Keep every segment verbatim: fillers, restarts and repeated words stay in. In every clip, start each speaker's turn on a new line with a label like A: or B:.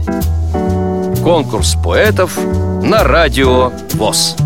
A: Конкурс поэтов на Радио ВОС.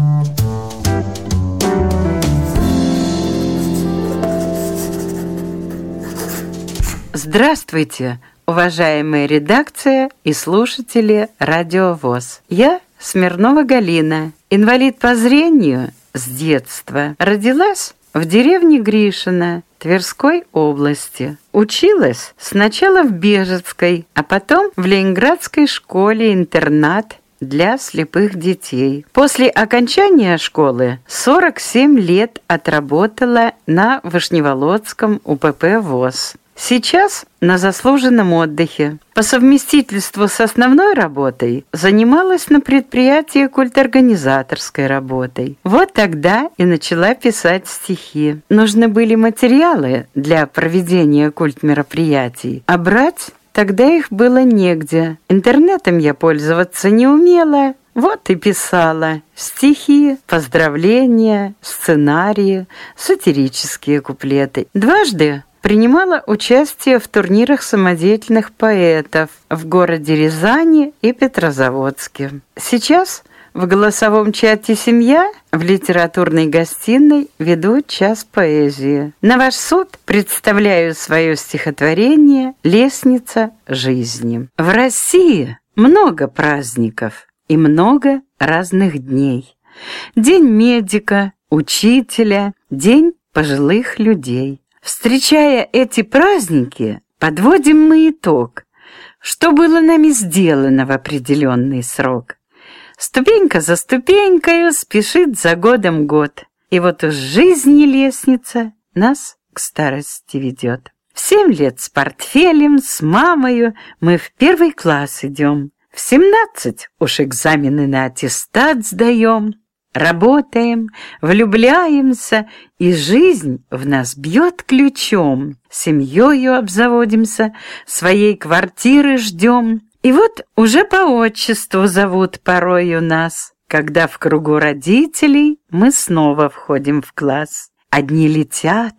B: Здравствуйте, уважаемая редакция и слушатели Радио ВОС. Я Смирнова Галина, инвалид по зрению с детства. Родилась в деревне Гришино Тверской области. Училась сначала в Бежецкой, а потом в Ленинградской школе-интернат для слепых детей. После окончания школы сорок семь лет отработала на Вышневолодском УПП ВОС. Сейчас на заслуженном отдыхе. По совместительству с основной работой занималась на предприятии культорганизаторской работой. Вот тогда и начала писать стихи. Нужны были материалы для проведения культмероприятий, а брать тогда их было негде. Интернетом я пользоваться не умела. Вот и писала стихи, поздравления, сценарии, сатирические куплеты. Дважды принимала участие в турнирах самодеятельных поэтов в городе Рязани и Петрозаводске. Сейчас в голосовом чате «Семья» в литературной гостиной веду час поэзии. На ваш суд представляю свое стихотворение «Лестница жизни». В России много праздников и много разных дней. День медика, учителя, день пожилых людей. Встречая эти праздники, подводим мы итог, что было нами сделано в определенный срок. Ступенька за ступенькою спешит за годом год, и вот уж жизни лестница нас к старости ведет. В семь лет с портфелем, с мамою мы в первый класс идем, в семнадцать уж экзамены на аттестат сдаем. Работаем, влюбляемся, и жизнь в нас бьет ключом. Семьёю обзаводимся, своей квартиры ждем. И вот уже по отчеству зовут порою нас, когда в кругу родителей мы снова входим в класс. Одни летят,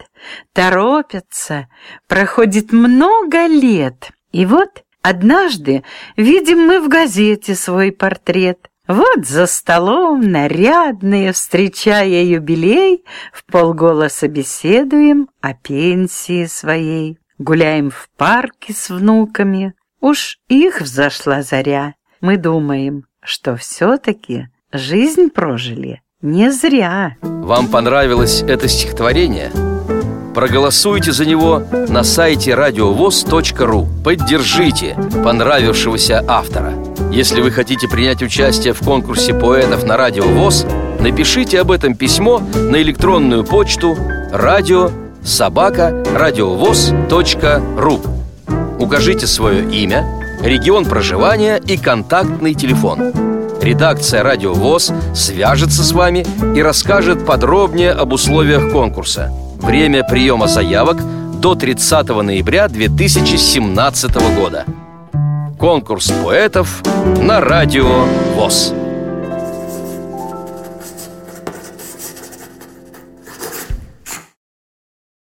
B: торопятся, проходит много лет. И вот однажды видим мы в газете свой портрет. Вот за столом, нарядные, встречая юбилей, вполголоса беседуем о пенсии своей. Гуляем в парке с внуками, уж их взошла заря. Мы думаем, что все-таки жизнь прожили не зря.
A: Вам понравилось это стихотворение? Проголосуйте за него на сайте радиовос точка ру. Поддержите понравившегося автора. Если вы хотите принять участие в конкурсе поэтов на Радио ВОС, напишите об этом письмо на электронную почту радио собака радиовос точка ру. Укажите свое имя, регион проживания и контактный телефон. Редакция Радио ВОС свяжется с вами и расскажет подробнее об условиях конкурса. Время приема заявок до тридцатого ноября две тысячи семнадцатого года. Конкурс поэтов на Радио ВОС.